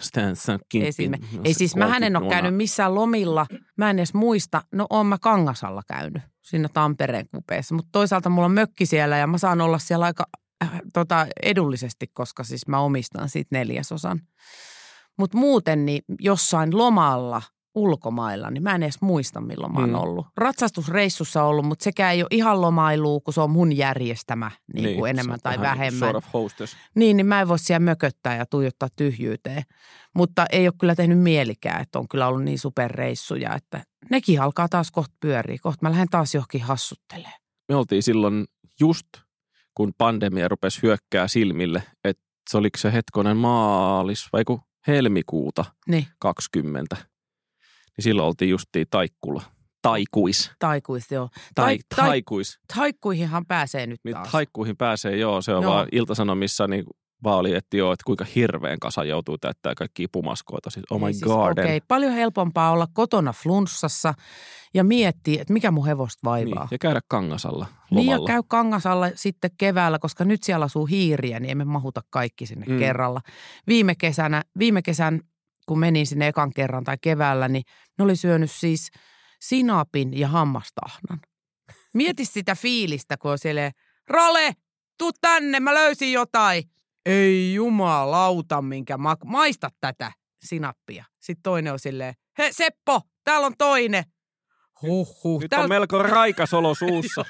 Esimme. Ei siis mähän en ole käynyt missään lomilla. Mä en edes muista. No oon mä Kangasalla käynyt siinä Tampereen kupeessa. Mutta toisaalta mulla on mökki siellä ja mä saan olla siellä aika äh, tota, edullisesti, koska siis mä omistan siitä neljäsosan. Mutta muuten niin jossain lomalla ulkomailla, niin mä en edes muista, milloin mä oon hmm. ollut. Ratsastusreissussa ollut, mutta sekään ei ole ihan lomailua, kun se on mun järjestämä niin niin, kuin enemmän tai vähemmän. Sort of hostess. Niin, niin mä en voi siellä mököttää ja tuijottaa tyhjyyteen. Mutta ei ole kyllä tehnyt mielikään, että on kyllä ollut niin superreissuja, että nekin alkaa taas kohta pyöriä. Kohta mä lähden taas johonkin hassuttelemaan. Me oltiin silloin just, kun pandemia rupesi hyökkää silmille, että se oliko se hetkonen maalis vai kun helmikuuta niin. kaksikymmentä. Niin silloin oltiin justiin Taikkula. Taikuis. Taikuis, joo. Tai, ta, taikuis. Taikkuihinhan pääsee nyt Nyt taas. Taikkuihin pääsee, joo. Se on joo. vaan Ilta-Sanomissa niin vaan oli, että joo, että kuinka hirveän kasa joutuu täyttää kaikkia pumaskoita. Siis, oh my siis, god. Okei, okay. Paljon helpompaa olla kotona flunssassa ja miettiä, että mikä mun hevosta vaivaa. Niin, ja käydä Kangasalla lomalla. Niin, ja käy Kangasalla sitten keväällä, koska nyt siellä asuu hiiriä, niin emme mahuta kaikki sinne mm. kerralla. Viime kesänä, viime kesän kun menin sinne ekan kerran tai keväällä, niin ne oli syönyt siis sinapin ja hammastahnan. Mieti sitä fiilistä, kun on siellä, Rale, tuu tänne, mä löysin jotain. Ei jumalauta, minkä ma- maista tätä sinappia. Sitten toinen on silleen, he Seppo, täällä on toinen. Huhhuh. Nyt täällä... on melko raikas olo suussa.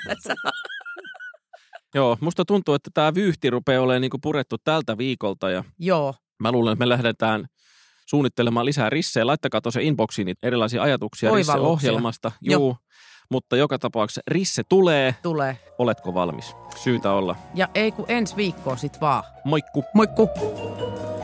Joo, musta tuntuu, että tämä vyyhti rupeaa olemaan niinku purettu tältä viikolta. Ja joo. Mä luulen, että me lähdetään suunnittelemaan lisää rissejä. Laittakaa tuossa inboxiin niitä erilaisia ajatuksia Risse-ohjelmasta. Juu, mutta joka tapauksessa Risse tulee. Tulee. Oletko valmis? Syytä olla. Ja ei kun ensi viikkoon sit vaan. Moikku. Moikku.